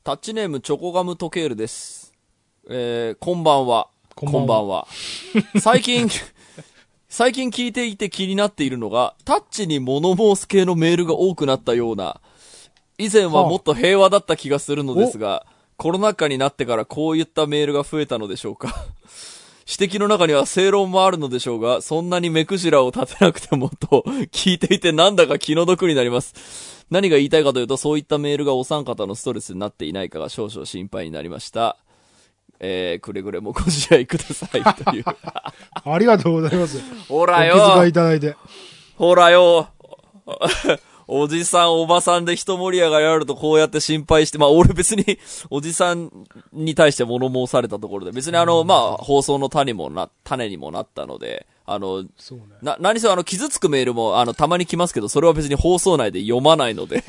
タッチネームチョコガムトケールです。こんばんは。こんばんは。最近聞いていて気になっているのが、タッチに物申す系のメールが多くなったような、以前はもっと平和だった気がするのですが、コロナ禍になってからこういったメールが増えたのでしょうか。指摘の中には正論もあるのでしょうが、そんなに目くじらを立てなくてもと聞いていてなんだか気の毒になります。何が言いたいかというと、そういったメールがお三方のストレスになっていないかが少々心配になりました。くれぐれもご自愛くださいという。 ありがとうございます。 ほらよ。 お気遣いいただいて。 ほらよ。おじさんおばさんで一盛り上がりあるとこうやって心配して、まあ俺別におじさんに対して物申されたところで、別にまあ放送の種にもなったので、 そうね、 何せ傷つくメールもたまに来ますけど、それは別に放送内で読まないので、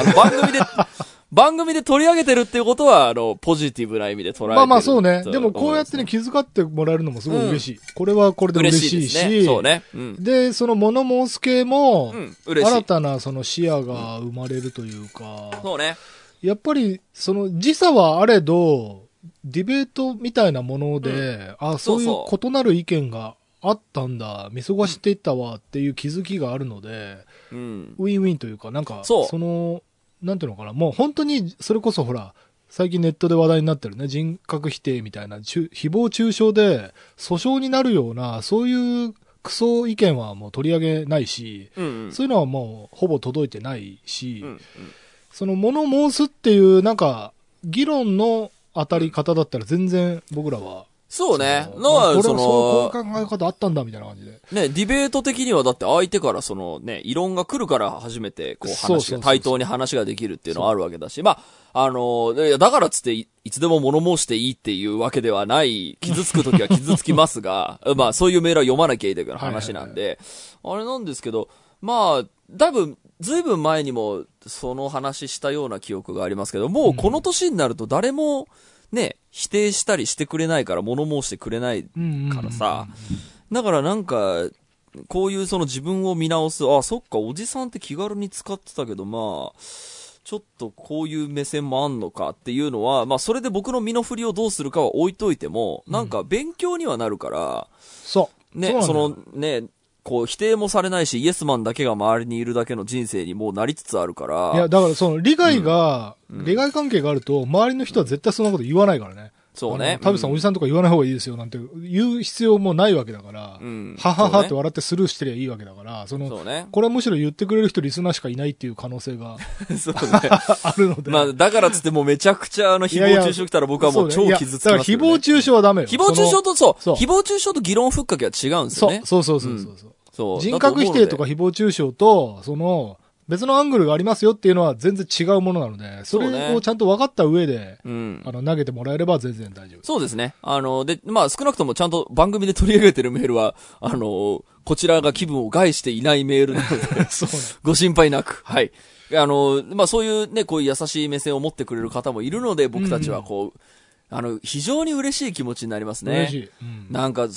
番組で取り上げてるっていうことは、ポジティブな意味で捉えてる。 まあまあそうね。でもこうやってね、気遣ってもらえるのもすごい嬉しい。これはこれで嬉しいし。 ね、そうね。 で、その物申す系も、 嬉しい。 新たなその視野が生まれるというか。 そうね。 やっぱり、その時差はあれど、ディベートみたいなもので、そういう異なる意見があったんだ、見過ごしていったわっていう気づきがあるので、ウィンウィンというか、なんか、なんていうのかな、もう本当に、それこそほら、最近ネットで話題になってるね、人格否定みたいな、誹謗中傷で訴訟になるような、そういうクソ意見はもう取り上げないし、そういうのはもうほぼ届いてないし、その物申すっていう、なんか、議論の当たり方だったら全然僕らは、 そうね。 こういう考え方あったんだみたいな感じで。 ね、ディベート的にはだって相手から異論が来るから初めて対等に話ができるっていうのはあるわけだし、まあ、だからっつっていつでも物申していいっていうわけではない、傷つくときは傷つきますが、まあそういうメールは読まなきゃいけない話なんで、あれなんですけど、まあ、ずいぶん前にもその話したような記憶がありますけど、もうこの年になると誰も、ね、否定したりしてくれないから物申してくれないからさ、だからなんかこういうその自分を見直す、そっかおじさんって気軽に使ってたけど、まあちょっとこういう目線もあんのかっていうのは、まあそれで僕の身の振りをどうするかは置いといても、なんか勉強にはなるから、ね、こう否定もされないし、イエスマンだけが周りにいるだけの人生にもうなりつつあるから。 いや、だからその利害関係があると、周りの人は絶対そんなこと言わないからね。 そうね。 田淵さんおじさんとか言わない方がいいですよなんて言う必要もないわけだから、はははって笑ってスルーしてりゃいいわけだから、これはむしろ言ってくれる人リスナーしかいないっていう可能性がそうね。 あるので。 まあ、だからつってもうめちゃくちゃ誹謗中傷来たら僕はもう超傷つきますよね。 だから誹謗中傷はダメよ。 誹謗中傷と誹謗中傷と議論ふっかけは違うんですよね。 そう。人格否定とか誹謗中傷と、別のアングルがありますよっていうのは全然違うものなので、それをちゃんと分かった上で、投げてもらえれば全然大丈夫。 そうですね。で、まあ少なくともちゃんと番組で取り上げてるメールは、こちらが気分を害していないメールなので、 そうね、 ご心配なく。はい。まあそういうね、こういう優しい目線を持ってくれる方もいるので、僕たちはこう、非常に嬉しい気持ちになりますね。 嬉しい。 なんか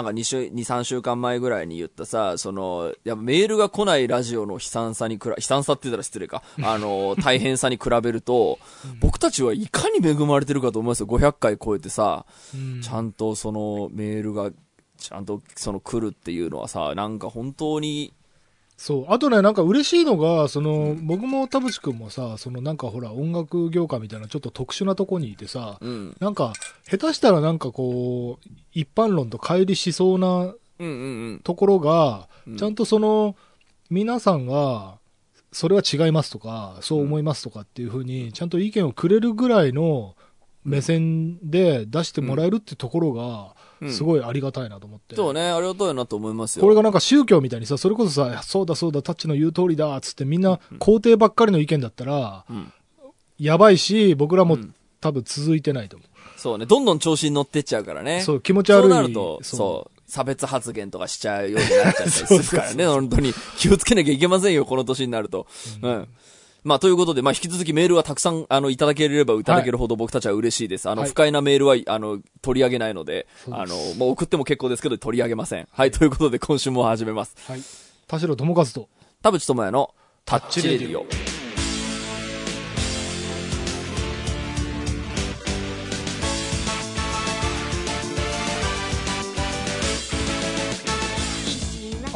2、3週間前ぐらいに言ったさ、やっぱメールが来ないラジオの悲惨さって言ったら失礼か。大変さに比べると、僕たちはいかに恵まれてるかと思いますよ。500回超えてさ、ちゃんとメールが、ちゃんと来るっていうのはさ、なんか本当に、 そう。あとね、なんか嬉しいのが、僕も田淵くんもさ、なんかほら、音楽業界みたいなちょっと特殊なとこにいてさ、なんか、下手したらなんかこう、一般論と乖離しそうなところが、ちゃんと皆さんが、それは違いますとか、そう思いますとかっていうふうに、ちゃんと意見をくれるぐらいの目線で出してもらえるってところが、すごいありがたいなと思って。 そうね、ありがたいなと思いますよ。 これがなんか宗教みたいにさ、それこそさ、そうだ、タッチの言う通りだ、つってみんな肯定ばっかりの意見だったら、やばいし、僕らも多分続いてないと思う。 そうね、どんどん調子に乗ってっちゃうからね。 そう、気持ち悪い。 そうなると、差別発言とかしちゃうようになっちゃったりするからね、本当に。気をつけなきゃいけませんよ、この年になると。まあ、ということで、まあ、引き続きメールはたくさん、いただければいただけるほど僕たちは嬉しいです。不快なメールは、取り上げないので、もう送っても結構ですけど、取り上げません。はい、ということで、今週も始めます。 はい。田代智和と、 田淵智也のタッチレディオ。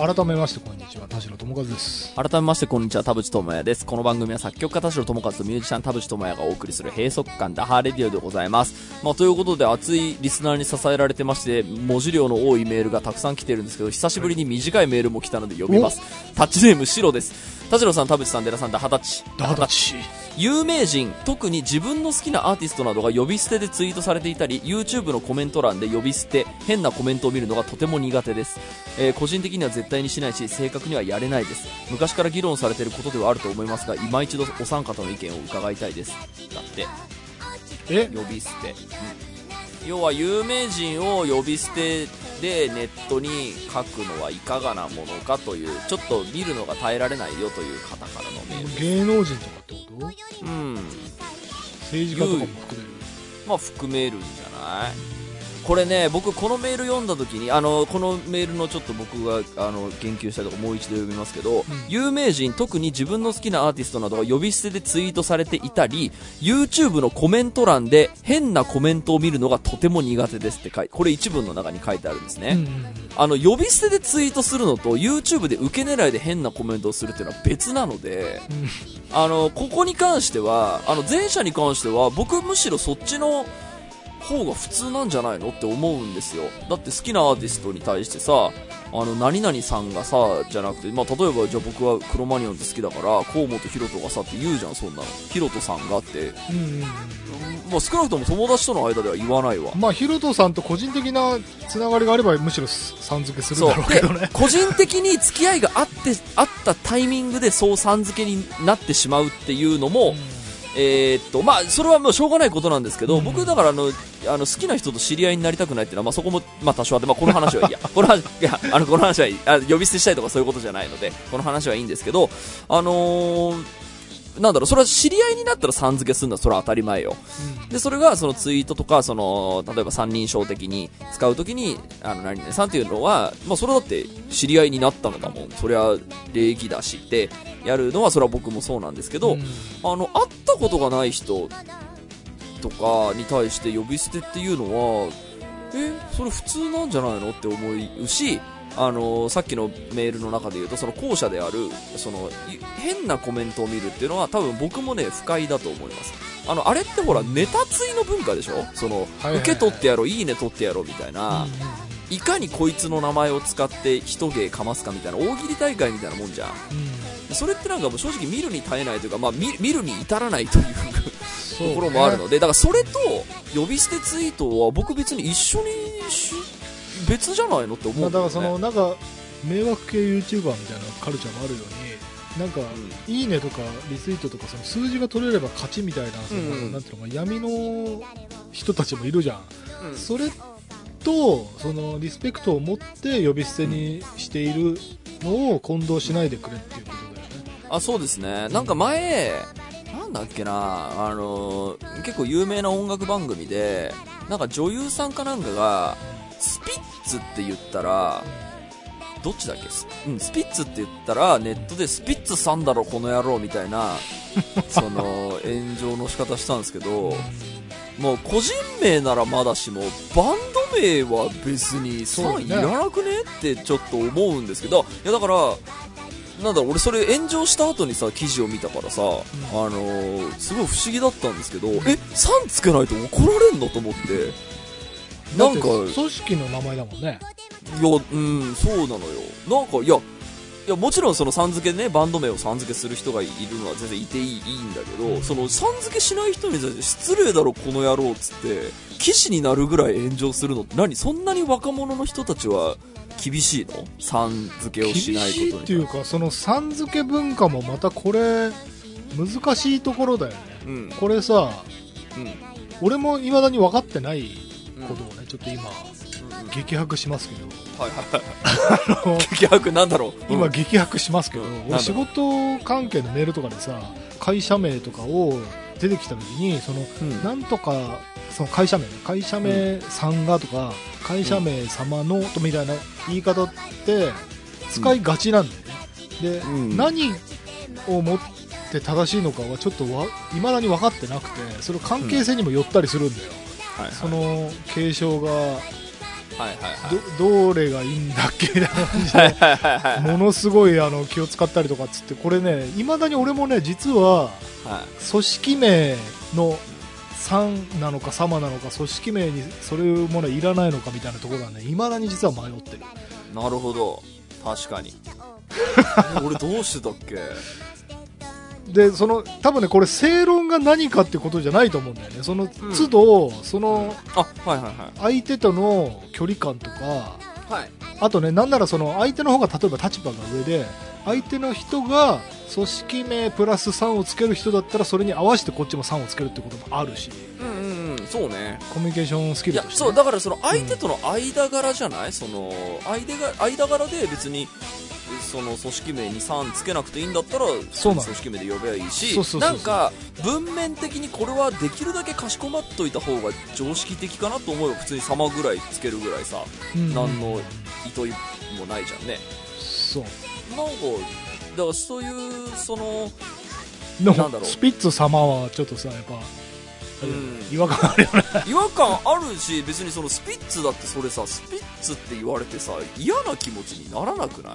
改めましてこんにちは、田代智和です。 改めましてこんにちは、田淵智也です。この番組は作曲家田代智和とミュージシャン田淵智也がお送りする閉塞感ダハーレディオでございます。ということで熱いリスナーに支えられてまして、文字量の多いメールがたくさん来てるんですけど、久しぶりに短いメールも来たので読みます。タッチネームシロです。田代さん、田淵さん、デラさん、ダハタチ。有名人、特に自分の好きなアーティストなどが呼び捨てでツイートされていたり、 YouTube のコメント欄で呼び捨て、変なコメントを見るのがとても苦手です。個人的には絶対にしないし、正確にはやれないです。昔から議論されていることではあると思いますが、今一度お三方の意見を伺いたいです。だって呼び捨て、要は有名人を呼び捨てでネットに書くのはいかがなものかという、ちょっと見るのが耐えられないよという方からのメール。 芸能人とかってこと？政治家とかも含める？ 含めるんじゃない？これね、僕このメール読んだ時にこのメールのちょっと僕が言及したいところもう一度読みますけど、有名人、特に自分の好きなアーティストなどが呼び捨てでツイートされていたり、 YouTube のコメント欄で変なコメントを見るのがとても苦手ですってこれ一文の中に書いてあるんですね。呼び捨てでツイートするのと YouTube で受け狙いで変なコメントをするっていうのは別なので、ここに関しては前者に関しては僕むしろそっちの方が普通なんじゃないのって思うんですよ。だって好きなアーティストに対してさ、何々さんがさじゃなくて、例えばじゃあ僕はクロマニオンって好きだから河本ヒロトがさって言うじゃん。そんなのヒロトさんがって、少なくとも友達との間では言わないわ。 ヒロトさんと個人的なつながりがあればむしろさん付けするだろうけどね。 個人的に付き合いがあったタイミングでそうさん付けになってしまうっていうのも、それはもうしょうがないことなんですけど、僕だから好きな人と知り合いになりたくないっていうのは、そこも多少あって、この話はいいやこの話はいい、呼び捨てしたいとかそういうことじゃないのでこの話はいいんですけど、それは知り合いになったらさん付けするのはそれは当たり前よ。でそれがそのツイートとか例えば三人称的に使うときに何々さんっていうのは、それだって知り合いになったのだもん。それは礼儀だしってやるのはそれは僕もそうなんですけど、会ったことがない人とかに対して呼び捨てっていうのはそれ普通なんじゃないのって思うし、さっきのメールの中で言うと、その後者である変なコメントを見るっていうのは多分僕もね不快だと思います。あれってほらネタツイの文化でしょ。受け取ってやろう、いいね取ってやろうみたいな、いかにこいつの名前を使って一芸かますかみたいな大喜利大会みたいなもんじゃん。それってなんかもう正直見るに耐えないというか、見るに至らないというところもあるので、だからそれと呼び捨てツイートは僕別に一緒に別じゃないのって思うんだよね。 だからなんか迷惑系 YouTuber みたいなカルチャーもあるように、なんか、いいねとかリツイートとか数字が取れれば勝ちみたいな、なんていうのか闇の人たちもいるじゃん。それとリスペクトを持って呼び捨てにしているのを混同しないでくれっていうことだよね。 そうですね。なんか前なんだっけな、結構有名な音楽番組でなんか女優さんかなんかがスピッツって言ったら、どっちだっけ、スピッツって言ったらネットでスピッツさんだろこの野郎みたいな炎上の仕方したんですけど、もう個人名ならまだしもバンド名は別にさいらなくねってちょっと思うんですけど、いやだから俺それ炎上した後にさ記事を見たからさ、すごい不思議だったんですけど、さんつけないと怒られんのと思って。 なんか組織の名前だもんね。 いや、そうなのよ。なんかいやもちろんさん付けね、バンド名をさん付けする人がいるのは全然いていいんだけど、さん付けしない人に対して失礼だろこの野郎っつって記事になるぐらい炎上するのって、そんなに若者の人たちは厳しいの？さん付けをしないことに。 厳しいっていうか、さん付け文化もまたこれ難しいところだよね。これさ、俺も未だに分かってないことをね、ちょっと今激白しますけど、 激白なんだろう、 今激白しますけど、俺仕事関係のメールとかでさ、会社名とかを出てきた時になんとか会社名さんがとか会社名様のとみたいな言い方って使いがちなんだよね。で、何をもって正しいのかはちょっと未だに分かってなくて、それ関係性にもよったりするんだよ。その継承がはいはいはい、 どれがいいんだっけみたいな感じでものすごい気を使ったりとかっつって、これね未だに俺もね実は組織名のさんなのか様なのか、組織名にそれものいらないのかみたいなところはね未だに実は迷ってる。 なるほど、確かに俺どうしてたっけ。 で多分ねこれ正論が何かってことじゃないと思うんだよね。その都度、相手との距離感とか、 はい、 あとねなんなら相手の方が例えば立場が上で、相手の人が組織名プラス3をつける人だったらそれに合わせてこっちも3をつけるってこともあるし、 そうね、 コミュニケーションスキルとして、ね、 そうだから相手との間柄じゃない、間柄で別に組織名に3つけなくていいんだったら組織名で呼べばいいし、なんか文面的にこれはできるだけかしこまっといた方が常識的かなと思えば普通に様ぐらいつけるぐらいさ、何の意図もないじゃんね。 そうなんかだからそういうなんだろう、 スピッツ様はちょっとさやっぱ違和感あるよね違和感あるし、別にスピッツだってそれさ、スピッツって言われてさ嫌な気持ちにならなくない？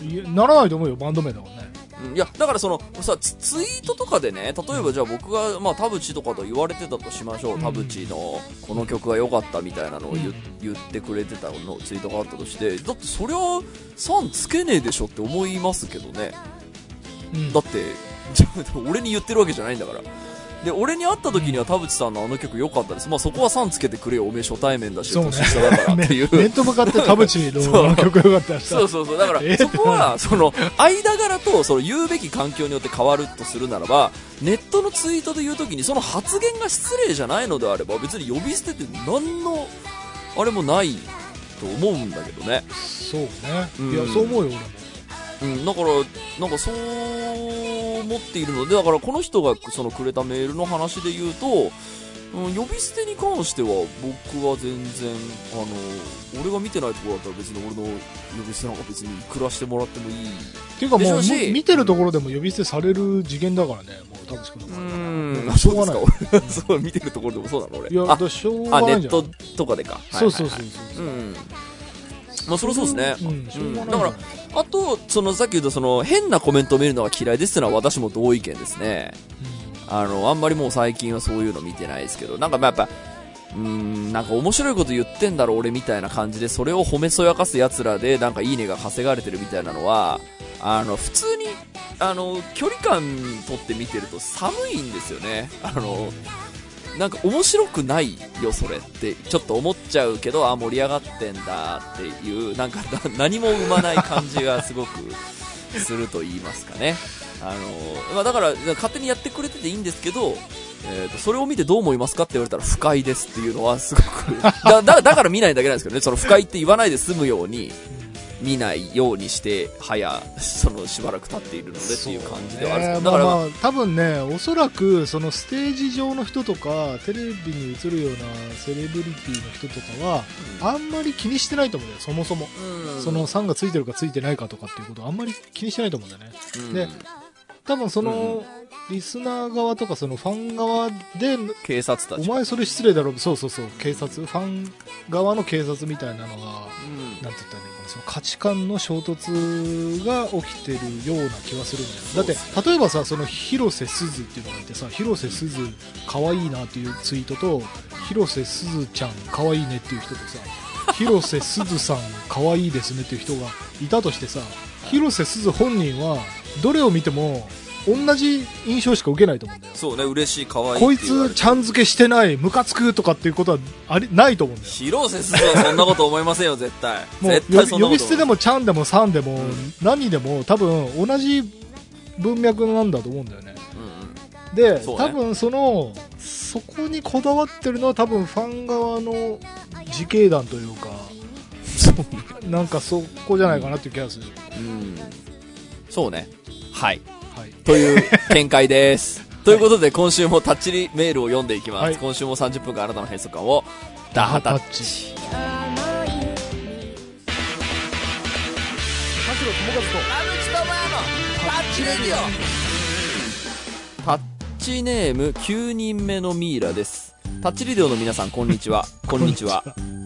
いやならないと思うよ、バンド名だもんね。 いやだからさツイートとかでね、例えばじゃあ僕が田淵とかと言われてたとしましょう、田淵のこの曲が良かったみたいなのを言ってくれてたのツイートがあったとして、だってそりゃ3つけねえでしょって思いますけどね、だって俺に言ってるわけじゃないんだから。で俺に会った時には田淵さんのあの曲良かったです、そこは3つけてくれよ、おめえ初対面だし年下だからっていう面と向かって田淵のあの曲良かったらそうだからそこは間柄と言うべき環境によって変わるとするならば、ネットのツイートで言う時にその発言が失礼じゃないのであれば別に呼び捨てって何のあれもないと思うんだけどね。 そうね、いやそう思うよ俺も。 だからなんかそう思っているので、だからこの人がくれたメールの話で言うと、呼び捨てに関しては僕は全然俺が見てないところだったら別に俺の呼び捨てなんか別に暮らしてもらってもいいっていうか、もう見てるところでも呼び捨てされる次元だからね、もう田淵君のしょうがない。そう見てるところでもそうなの俺。 いやしょうがないんじゃない？ ネットとかでか。 そうそりゃそうですね。だからあとさっき言った変なコメントを見るのが嫌いですっていうのは私も同意見ですね。あんまりもう最近はそういうの見てないですけど、なんかやっぱなんか面白いこと言ってんだろ俺みたいな感じでそれを褒めそやかす奴らでなんかいいねが稼がれてるみたいなのは普通に距離感取って見てると寒いんですよね。なんか面白くないよそれってちょっと思っちゃうけど、盛り上がってんだっていうなんか何も生まない感じがすごくすると言いますかね。だから勝手にやってくれてていいんですけど、それを見てどう思いますかって言われたら不快ですっていうのはすごくだから見ないだけなんですけどね。不快って言わないで済むように見ないようにしてしばらく経っているのでっていう感じではあるんですけど、だから多分ね、おそらくステージ上の人とかテレビに映るようなセレブリティの人とかはあんまり気にしてないと思うんだよ、そもそも。3がついてるかついてないかとかっていうことはあんまり気にしてないと思うんだよね。で多分リスナー側とかファン側で警察たち、 お前それ失礼だろ、そう警察、ファン側の警察みたいなのが、なんて言ったらいいかな、価値観の衝突が起きてるような気はするんだよ。だって例えばさ、広瀬すずっていうのがいてさ、広瀬すず可愛いなっていうツイートと、広瀬すずちゃん可愛いねっていう人とさ、広瀬すずさん可愛いですねっていう人がいたとしてさ、広瀬すず本人はどれを見ても同じ印象しか受けないと思うんだよ。 そうね、嬉しい、可愛い、 こいつちゃん付けしてない、ムカつくとかっていうことはないと思うんだよ。 広瀬すずはそんなこと思いませんよ絶対。 もう絶対そんなこと呼び捨てでもちゃんでもさんでも、何でも多分同じ文脈なんだと思うんだよね。で、ね、多分そこにこだわってるのは多分ファン側の自警団というか、なんかそこじゃないかなっていう気がする。 そうね、はい、という見解です。ということで今週もタッチリメールを読んでいきます。今週も30分間あなたの閉塞感をダハタッチ。田代友和と田淵智也のタッチレディオ。タッチネーム9人目のミイラです。タッチレディオの皆さんこんにちは。こんにちは。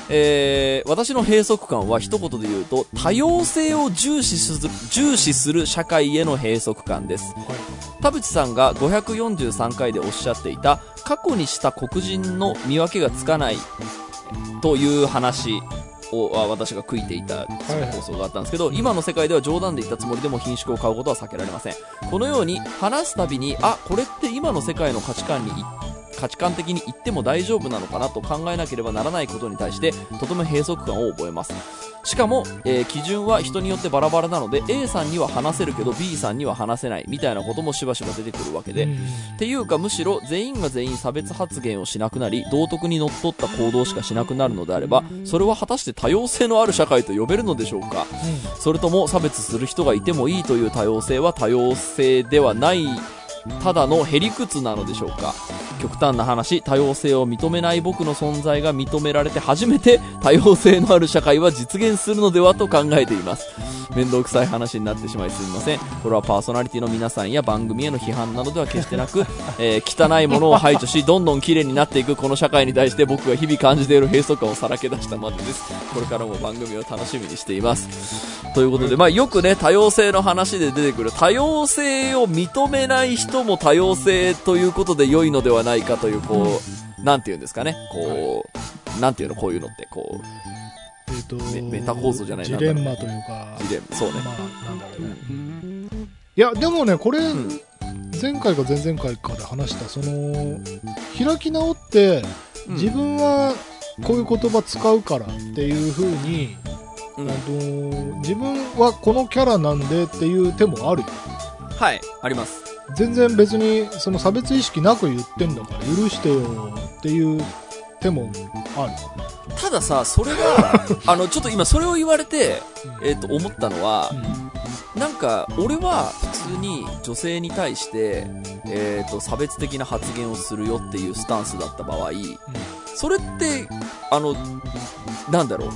私の閉塞感は一言で言うと、多様性を重視する社会への閉塞感です。田淵さんが543回でおっしゃっていた、過去にした黒人の見分けがつかないという話を私が悔いていた放送があったんですけど、今の世界では冗談で言ったつもりでも品種を買うことは避けられません。このように話すたびに、これって今の世界の価値観的に言っても大丈夫なのかなと考えなければならないことに対してとても閉塞感を覚えます。しかも、基準は人によってバラバラなので A さんには話せるけど B さんには話せないみたいなこともしばしば出てくるわけで、っていうかむしろ全員が全員差別発言をしなくなり道徳にのっとった行動しかしなくなるのであれば、それは果たして多様性のある社会と呼べるのでしょうか。それとも差別する人がいてもいいという多様性は多様性ではないただのへりくつなのでしょうか。極端な話、多様性を認めない僕の存在が認められて初めて多様性のある社会は実現するのではと考えています。面倒くさい話になってしまいすみません。これはパーソナリティの皆さんや番組への批判などでは決してなく、汚いものを排除しどんどん綺麗になっていくこの社会に対して僕が日々感じている閉塞感をさらけ出したまでです。これからも番組を楽しみにしています。ということで、よくね、多様性の話で出てくる多様性を認めない人も多様性ということで良いのではないかという、なんていうんですかね、なんていうの、こういうのって、メタ構造じゃないな。 ジレンマというか。 そうね。 なんだろうね。いや、でもね、これ、前回か前々回かで話した、開き直って、自分はこういう言葉使うからっていう風に、自分はこのキャラなんでっていう手もあるよ。 はい、あります。 全然別にその差別意識なく言ってんだから許してよっていう手もある。 たださ、それがちょっと今それを言われて、思ったのは、なんか俺は普通に女性に対して差別的な発言をするよっていうスタンスだった場合、それってなんだろう、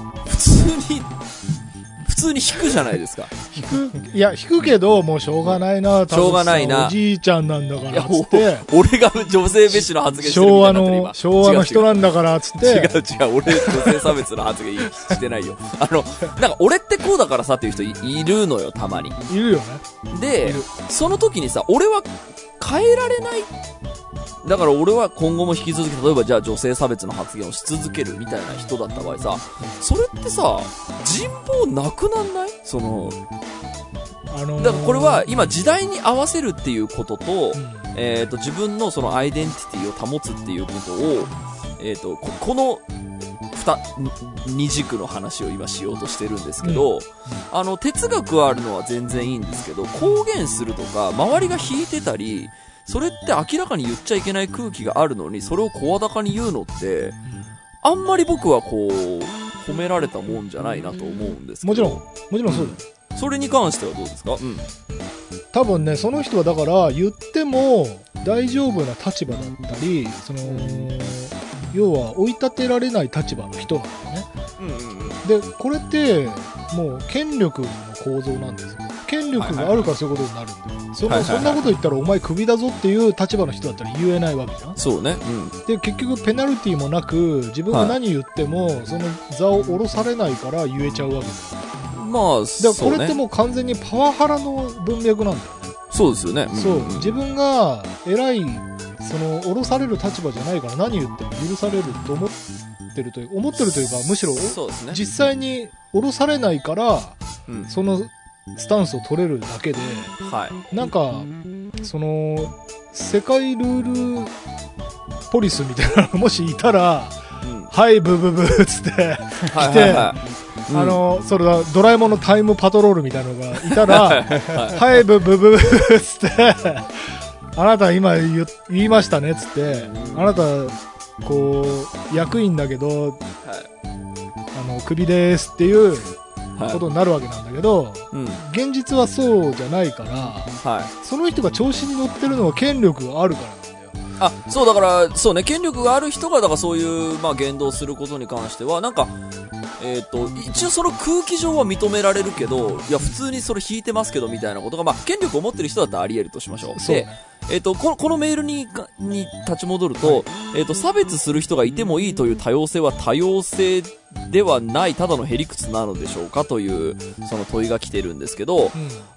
普通に引くじゃないですか。 引くけど、もうしょうがないな、 しょうがないな。 おじいちゃんなんだから、つって。 俺が女性蔑視の発言してるみたいになってる今。 昭和の人なんだから、つって。 違う、俺女性差別の発言してないよ。なんか俺ってこうだからさっていう人いるのよ、たまに。 いるよね。 で、その時にさ、俺は変えられない。だから俺は今後も引き続き、例えばじゃあ女性差別の発言をし続けるみたいな人だった場合さ、それってさ、人望なくなんない？だからこれは今時代に合わせるっていうことと、自分のそのアイデンティティを保つっていうことを、この二軸の話を今しようとしてるんですけど、哲学はあるのは全然いいんですけど、公言するとか、周りが引いてたり、それって明らかに言っちゃいけない空気があるのに、それを声高に言うのって、あんまり僕は褒められたもんじゃないなと思うんですけど。 もちろんそうだよ。 それに関してはどうですか？ 多分ね、その人はだから言っても大丈夫な立場だったり、要は追い立てられない立場の人なんだよね。で、これってもう権力の構造なんですよ。権力があるからそういうことになるんだよ。そんなこと言ったらお前クビだぞっていう立場の人だったら言えないわけじゃん。 そうね。 で、結局ペナルティもなく自分が何言ってもその座を下ろされないから言えちゃうわけだよ。 そうね。 これってもう完全にパワハラの文脈なんだよね。 そうですよね。 そう、自分が偉い、下ろされる立場じゃないから何言っても許されると思ってるというか、むしろ、実際に下ろされないから、そのスタンスを取れるだけで、なんか、世界ルールポリスみたいなのがもしいたら、はい、ブブブーつって来て、それだ、ドラえもんのタイムパトロールみたいなのがいたら、はい、ブブブーつって、あなた今言いましたねつって、あなた、役員だけど、クビですっていうことになるわけなんだけど、現実はそうじゃないから、その人が調子に乗ってるのは権力があるからなんだよ。 そうだから、そうね、権力がある人が、だからそういう、言動することに関しては、なんか、一応その空気上は認められるけど、いや、普通にそれ引いてますけど、みたいなことが、権力を持ってる人だったらあり得るとしましょう。で、 このメールに立ち戻ると、差別する人がいてもいいという多様性は多様性ではない、ただのへりくつなのでしょうかという、その問いが来てるんですけど、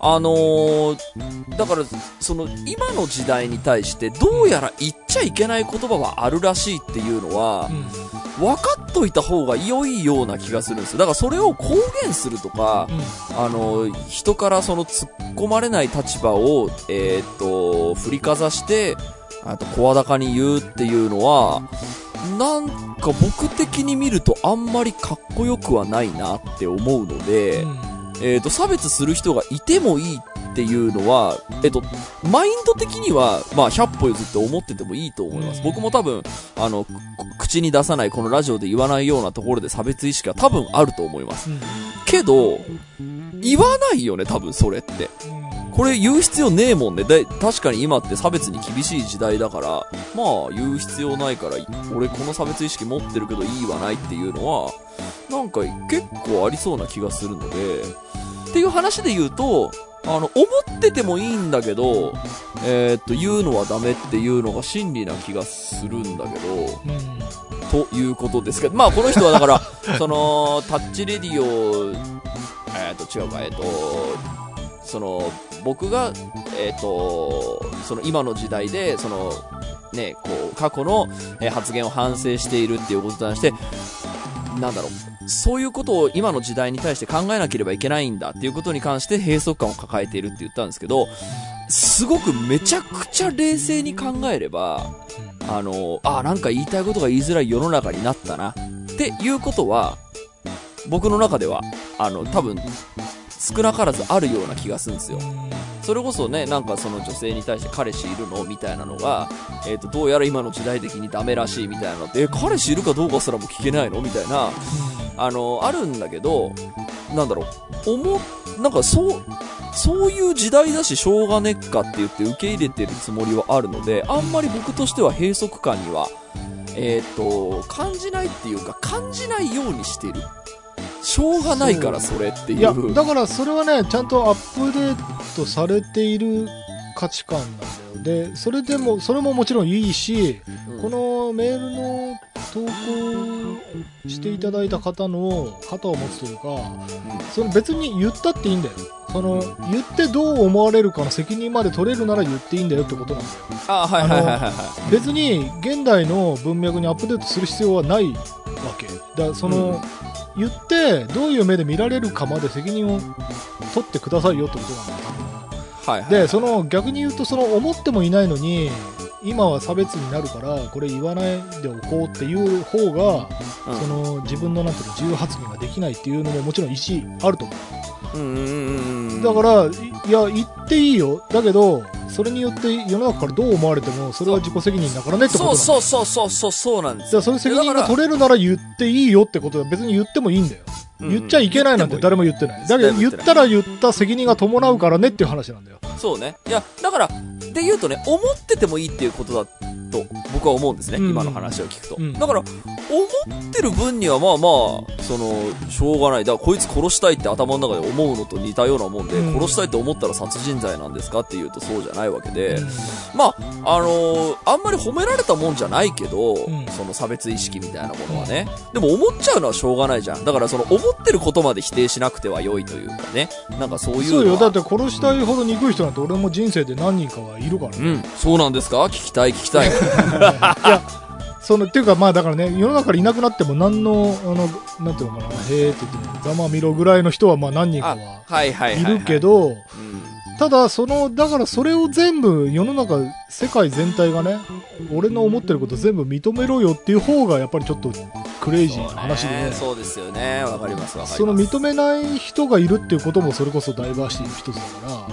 だから、その、今の時代に対して、どうやら言っちゃいけない言葉はあるらしいっていうのは、分かっといた方が良いような気がするんですよ。だからそれを公言するとか、人からその突っ込まれない立場を、振りかざして、声高に言うっていうのは、なんか僕的に見るとあんまりかっこよくはないなって思うので、差別する人がいてもいいっていうのは、マインド的には、まあ、100歩譲って思っててもいいと思います。僕も多分、口に出さない、このラジオで言わないようなところで差別意識は多分あると思います。けど、言わないよね、多分それって。これ言う必要ねえもんね。確かに今って差別に厳しい時代だから、まあ言う必要ないから、俺この差別意識持ってるけどいいわないっていうのは、なんか結構ありそうな気がするので、っていう話で言うと、思っててもいいんだけど、言うのはダメっていうのが真理な気がするんだけど、ということですけど、まあこの人はだから、その、タッチレディオ、違うか、その、僕が、その今の時代で、その、ね、こう、過去の、発言を反省しているっていうことに関して、なんだろう、そういうことを今の時代に対して考えなければいけないんだっていうことに関して閉塞感を抱えているって言ったんですけど、すごくめちゃくちゃ冷静に考えれば、なんか言いたいことが言いづらい世の中になったなっていうことは、僕の中では、多分、少なからずあるような気がするんですよ。それこそね、なんかその女性に対して彼氏いるのみたいなのが、どうやら今の時代的にダメらしいみたいなのって、彼氏いるかどうかすらも聞けないのみたいな、あるんだけど、なんだろう、なんかそういう時代だししょうがねっかって言って受け入れてるつもりはあるので、あんまり僕としては閉塞感には、感じないっていうか、感じないようにしてる。しょうがないからそれっていう。 いや、だからそれはね、ちゃんとアップデートされている価値観なんだよ。で、それももちろんいいし、このメールの投稿していただいた方の肩を持つというか、その別に言ったっていいんだよ。言ってどう思われるかの責任まで取れるなら言っていいんだよってことなんだよ。別に現代の文脈にアップデートする必要はないわけ。だから言ってどういう目で見られるかまで責任を取ってくださいよってことなんだよ。で、逆に言うと思ってもいないのに今は差別になるからこれ言わないでおこうっていう方が、自分のなんていうの自由発言ができないっていうのももちろん意思あると思う。だからいや言っていいよ、だけどそれによって世の中からどう思われてもそれは自己責任だからねってことなんだよ。 そうなんですよ。 その責任が取れるなら言っていいよってことは別に言ってもいいんだよ。言っちゃいけないなんて誰も言ってない。だけど言ったら言った責任が伴うからねっていう話なんだよ。 そうね。いや、だから、で言うとね、思っててもいいっていうことだと僕は思うんですね。今の話を聞くと。だから、思ってる分にはまあまあ、しょうがない。だからこいつ殺したいって頭の中で思うのと似たようなもんで、殺したいって思ったら殺人罪なんですかっていうとそうじゃないわけで、まあ、あんまり褒められたもんじゃないけど、その差別意識みたいなものはね。でも思っちゃうのはしょうがないじゃん。だから思ってることまで否定しなくては良いというかね。なんかそういうのは。そうよ。 だって殺したいほど憎い人なんて俺も人生で何人かはいるからね。 そうなんですか？聞きたい。いや、っていうかまあだからね、世の中からいなくなっても何の、なんていうのかな、へーって言って、ざまみろぐらいの人はまあ何人かはいるけど、ただだからそれを全部世の中、世界全体がね、俺の思ってること全部認めろよっていう方がやっぱりちょっとクレイジーな話でね。 そうですよね。わかります。 認めない人がいるっていうこともそれこそダイバーシティの一つだから、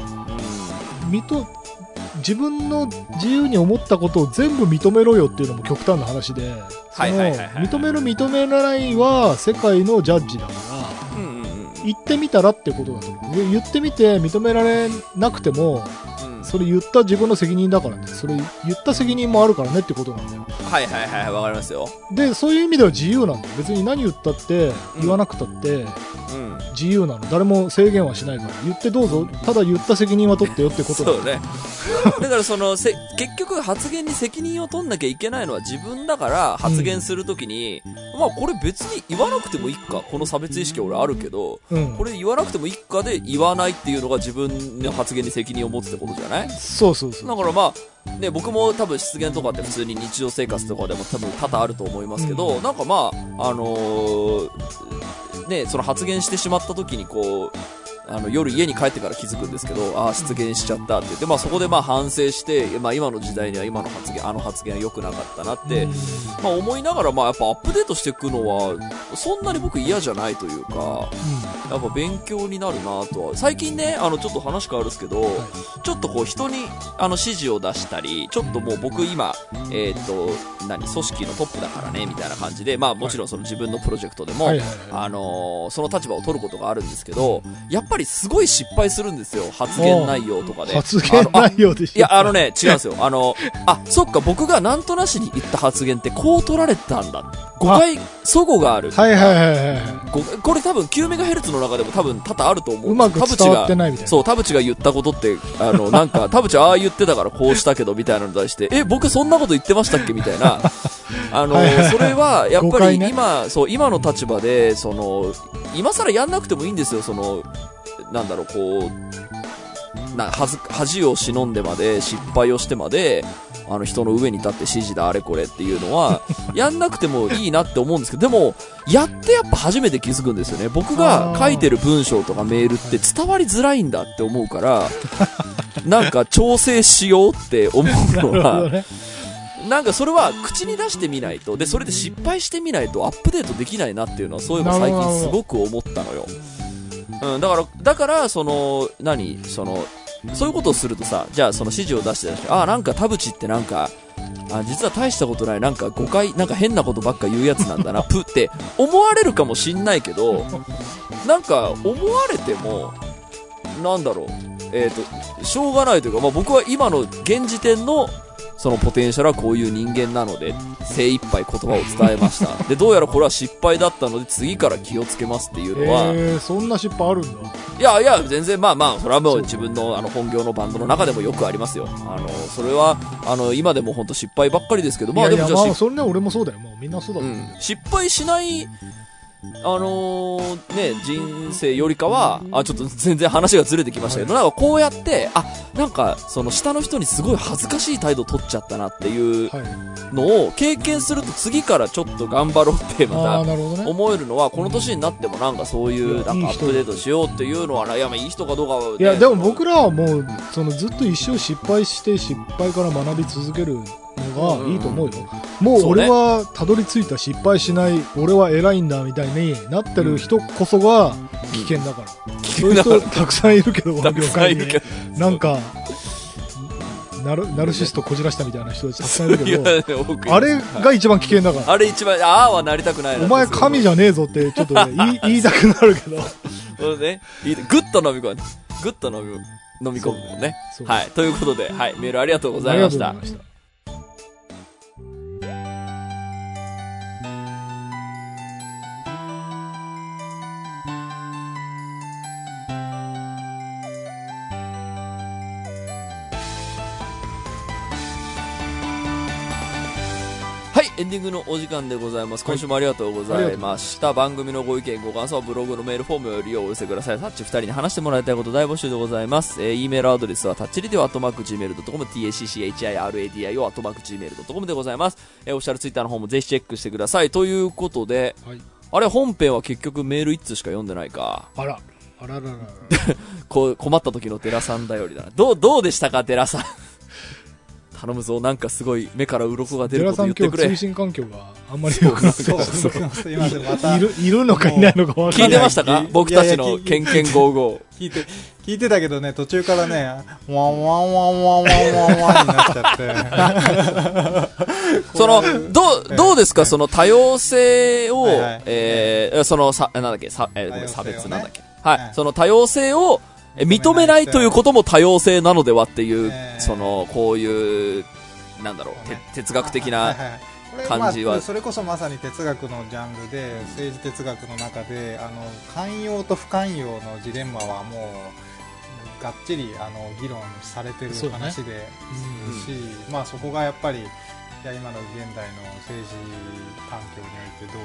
自分の自由に思ったことを全部認めろよっていうのも極端な話で、認める認めないは世界のジャッジだから、言ってみたらってことだと思う。で、言ってみて認められなくても、それ言った自分の責任だからね。それ言った責任もあるからねってことなんだよ。 わかりますよ。 で、そういう意味では自由なんだよ。別に何言ったって言わなくたって、 自由なの。誰も制限はしないから。言ってどうぞ。ただ言った責任は取ってよってことだ。 そうね。だから結局発言に責任を取んなきゃいけないのは自分だから、発言するときに、まあこれ別に言わなくてもいいか。この差別意識は俺あるけど、これ言わなくてもいいかで言わないっていうのが自分の発言に責任を持つってことじゃない？ そうそうそう。 だからまあ、ね、僕も多分失言とかって普通に日常生活とかでも多分多々あると思いますけど、なんかまあ、ね、その発言してしまった時にこう、夜家に帰ってから気づくんですけど、失言しちゃったって言って、まあそこでまあ反省して、まあ今の時代には今の発言、発言は良くなかったなって、まあ思いながら、まあやっぱアップデートしていくのは、そんなに僕嫌じゃないというか、やっぱ勉強になるなとは。最近ね、ちょっと話変わるんですけど、ちょっとこう人に、指示を出したり、ちょっともう僕今、組織のトップだからね、みたいな感じで、まあもちろんその自分のプロジェクトでも、その立場を取ることがあるんですけど、やっぱりすごい失敗するんですよ、発言内容とかで。 発言内容でしょ。 いや、違うんですよ。そっか、僕がなんとなしに言った発言ってこう取られてたんだ。誤解、齟齬がある。 はいはいはいはい。 これ多分 9MHz の中でも多分多々あると思う。 うまく伝わってないみたいな。 そう、田淵が言ったことって、なんか、田淵言ってたからこうしたけどみたいなのに対して、僕そんなこと言ってましたっけみたいな。それは、やっぱり今の立場で、今更やんなくてもいいんですよ、なんだろう、こう、恥を忍んでまで、失敗をしてまで、人の上に立って指示だあれこれっていうのは、やんなくてもいいなって思うんですけど、でも、やってやっぱ初めて気づくんですよね。僕が書いてる文章とかメールって伝わりづらいんだって思うから、なんか調整しようって思うのは、なんかそれは口に出してみないと、で、それで失敗してみないとアップデートできないなっていうのは、そういえば最近すごく思ったのよ。だから、そういうことをするとさ、じゃあその指示を出してなんか田淵ってなんか、実は大したことない、なんか誤解、なんか変なことばっか言うやつなんだな、プって思われるかもしんないけど、なんか思われても、なんだろう、しょうがないというか、まあ僕は今の現時点のそのポテンシャルはこういう人間なので精一杯言葉を伝えました。で、どうやらこれは失敗だったので次から気をつけますっていうのは、 そんな失敗あるんだ。 いや全然、まあそれはもう自分の本業のバンドの中でもよくありますよ。それは今でも本当失敗ばっかりですけど、まあでもじゃあそれね、俺もそうだよ。もうみんなそうだもん。 失敗しない人生よりかは、ちょっと全然話がずれてきましたけど、なんかこうやって、なんか、その下の人にすごい恥ずかしい態度を取っちゃったなっていうのを経験すると次からちょっと頑張ろうってまた思えるのは、この年になってもなんかそういう、なんかアップデートしようっていうのは、いや、まあいい人かどうかは、ね。 いや、でも僕らはもう、ずっと一生失敗して失敗から学び続けるのがいいと思うよ。もう俺はたどり着いた、失敗しない、俺は偉いんだみたいになってる人こそが危険だから。そういう人たくさんいるけど、この業界に。なんか、ナルシストこじらしたみたいな人たちたくさんいるけど、あれが一番危険だから。 あれ一番、はなりたくないな。 お前神じゃねえぞってちょっとね、言いたくなるけど。 そうね。ぐっと飲み込む。ぐっと飲み込むもんね。はい。ということで、はい。メールありがとうございました。エンディングのお時間でございます。今週もありがとうございました。番組のご意見、ご感想はブログのメールフォームよりお寄せください。タッチ2人に話してもらいたいこと大募集でございます。E メールアドレスはタッチリディオ@gmail.com、tacchiradio@gmail.com でございます。オフィシャルツイッターの方もぜひチェックしてください。ということで、あれ本編は結局メール1通しか読んでないか。 あら困った時の寺さん頼りだな。どうでしたか、寺さん。頼むぞ、なんかすごい目から鱗が出ること言ってくれ。 通信環境があんまり良くなくて、 今でまたいるのかいないのか分からない。 聞いてましたか、僕たちのケンケンゴーゴー。聞いてたけどね、途中からね、ワンワンワンワンワンワンワンになっちゃって。 どうですか、その多様性を、なんだっけ、差別なんだっけ。はい。その多様性を、認めないということも多様性なのではっていう、こういう、なんだろう、哲学的な感じは、 それこそまさに哲学のジャンルで、政治哲学の中で寛容と不寛容のジレンマはもうがっちり議論されてる話ですし、まあそこがやっぱりじゃあ今の現代の政治環境においてどう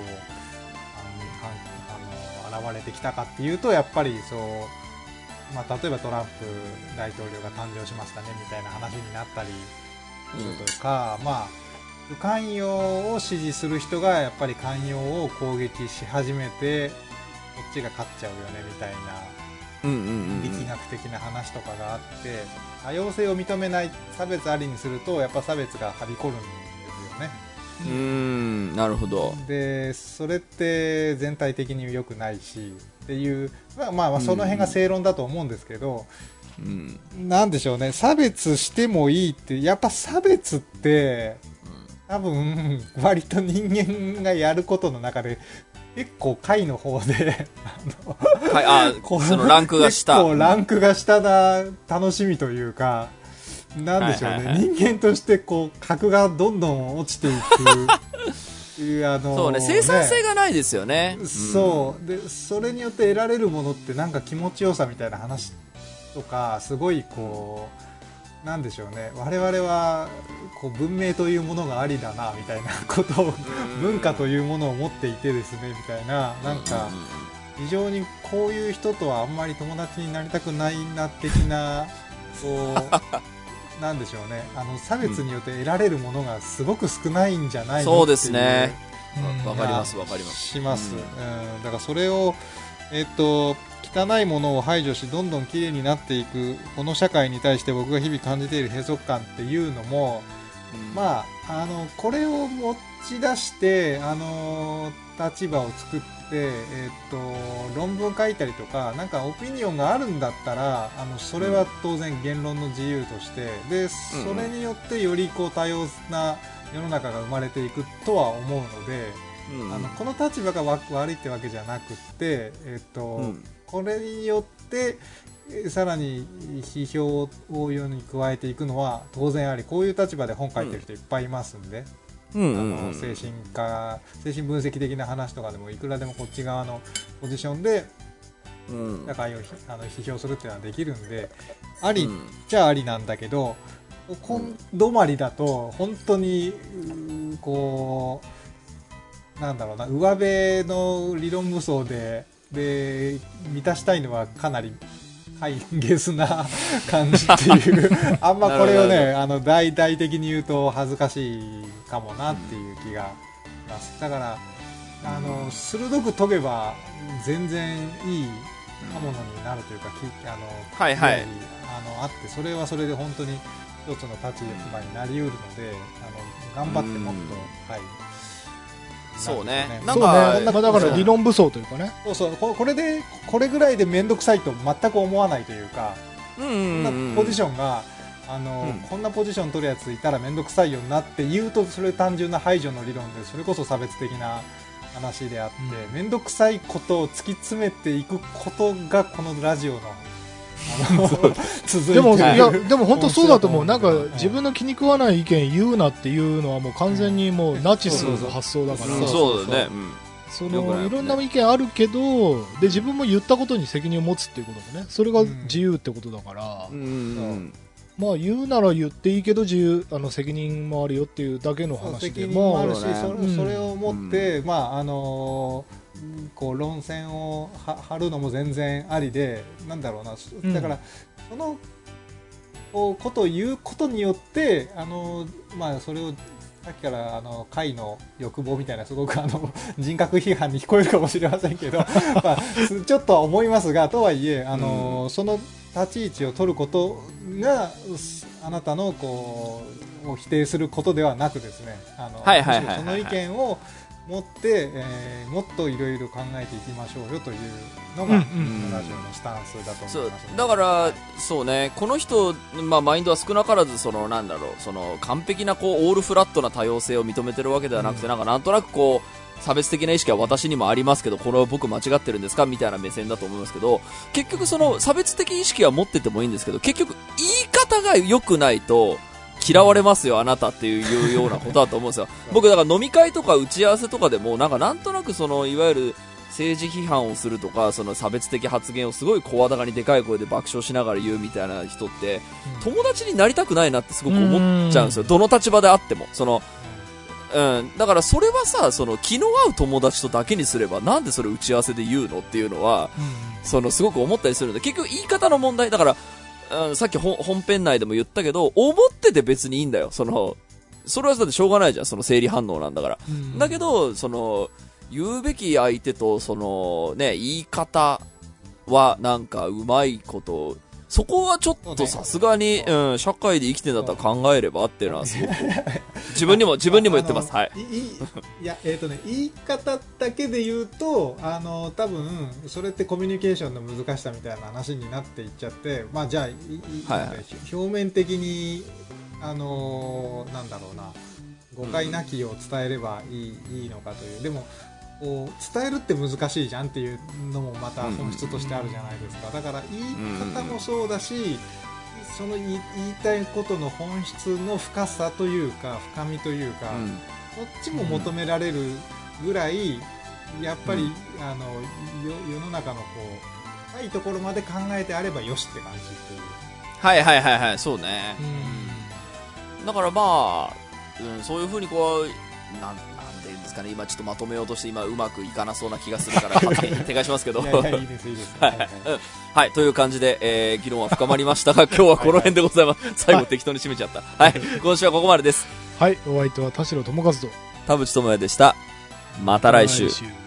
現れてきたかっていうと、やっぱりそう、まあ、例えばトランプ大統領が誕生しましたねみたいな話になったりするとか、まあ不寛容を支持する人がやっぱり寛容を攻撃し始めてこっちが勝っちゃうよねみたいな力学的な話とかがあって、多様性を認めない差別ありにするとやっぱ差別がはびこるんですよね。 なるほど。 でそれって全体的に良くないしっていう、まあその辺が正論だと思うんですけど、なんでしょうね、差別してもいいってやっぱ差別って多分割と人間がやることの中で結構下位の方でそのランクが下、 結構ランクが下な楽しみというか、なんでしょうね、人間としてこう格がどんどん落ちていくそうね、生産性がないですよね。 そうで、それによって得られるものってなんか気持ちよさみたいな話とか、すごいこうなんでしょうね、我々はこう文明というものがありだなみたいなことを文化というものを持っていてですねみたいな、なんか非常にこういう人とはあんまり友達になりたくないな的なこうなんでしょうね、差別によって得られるものがすごく少ないんじゃないのっていう。 そうですね、わかりますわかりますします、だからそれを汚いものを排除しどんどん綺麗になっていくこの社会に対して僕が日々感じている閉塞感っていうのも、まあこれを持ち出して立場を作って、論文書いたりとかなんかオピニオンがあるんだったらそれは当然言論の自由としてで、それによってよりこう多様な世の中が生まれていくとは思うので、この立場が悪いってわけじゃなくって、これによってさらに批評を世に加えていくのは当然あり、こういう立場で本書いてる人いっぱいいますんで、精神分析的な話とかでもいくらでもこっち側のポジションで社会を批評するっていうのはできるんで、ありっちゃありなんだけど、止まりだと本当にこうなんだろうな、上辺の理論武装で満たしたいのはかなりハイゲスな感じっていうあんまこれをね大々的に言うと恥ずかしいかもなっていう気がします。だから鋭く研げば全然いい刃物になるというか、あってそれはそれで本当に一つの立場になりうるので頑張ってもっとそうね、 なんかだから理論武装というかね、 これぐらいで面倒くさいと全く思わないというか、こんなポジションがこんなポジション取るやついたら面倒くさいよなって言うと、それ単純な排除の理論でそれこそ差別的な話であって、面倒くさいことを突き詰めていくことがこのラジオの続いてでも本当そうだと思う。なんか自分の気に食わない意見言うなっていうのはもう完全にもうナチスの発想だから、 そうだね、 いろんな意見あるけどで自分も言ったことに責任を持つっていうこともね、それが自由ってことだから、まあ言うなら言っていいけど責任もあるよっていうだけの話で、 責任もあるし、それをもって、こう論戦を張るのも全然ありで、なんだろうな、だからそのことを言うことによってそれをさっきから会の欲望みたいなすごく人格批判に聞こえるかもしれませんけどちょっとは思いますが、とはいえその立ち位置を取ることがあなたのこうを否定することではなくですね、その意見を持って、もっといろいろ考えていきましょうよというのが、ラジオのスタンスだと思います、ね。 だからそうね、この人、マインドは少なからずなんだろう、完璧なオールフラットな多様性を認めてるわけではなくて、なんとなく差別的な意識は私にもありますけど、これは僕間違ってるんですかみたいな目線だと思いますけど、結局差別的意識は持っててもいいんですけど、結局言い方が良くないと嫌われますよ、あなたっていうようなことだと思うんですよ。僕、だから飲み会とか打ち合わせとかでも、なんとなくその、いわゆる、政治批判をするとか、その差別的発言をすごい声高にでかい声で爆笑しながら言うみたいな人って、友達になりたくないなってすごく思っちゃうんですよ。どの立場であっても。だからそれはさ、気の合う友達とだけにすれば、なんでそれ打ち合わせで言うのっていうのは、すごく思ったりするので、結局言い方の問題、だから、さっき本編内でも言ったけど、思ってて別にいいんだよ。それはだってしょうがないじゃん、その生理反応なんだから。だけど、言うべき相手と、言い方はなんかうまいこと、そこはちょっとさすがに、社会で生きてんだったら考えればっていうのはすごく、自分にも言ってます。はい。 いや、言い方だけで言うと、多分、それってコミュニケーションの難しさみたいな話になっていっちゃって、まあじゃあ、表面的に、なんだろうな、誤解なきを伝えればいいのかという。でも、伝えるって難しいじゃんっていうのもまた本質としてあるじゃないですか。だから言い方もそうだし、その言いたいことの本質の深さというか深みというか、そっちも求められるぐらいやっぱり、世の中の深いところまで考えてあればよしって感じっていう。 はいはいはいはい、そうね。だからまあ、そういう風になんていうんですかね、今ちょっとまとめようとして今うまくいかなそうな気がするから手返しますけど。いいですいいです。 はい、という感じで、議論は深まりましたが、今日はこの辺でございます。最後適当に締めちゃった。はい、今週はここまでです。 はい、お相手は田代智和と田淵智也でした。また来週。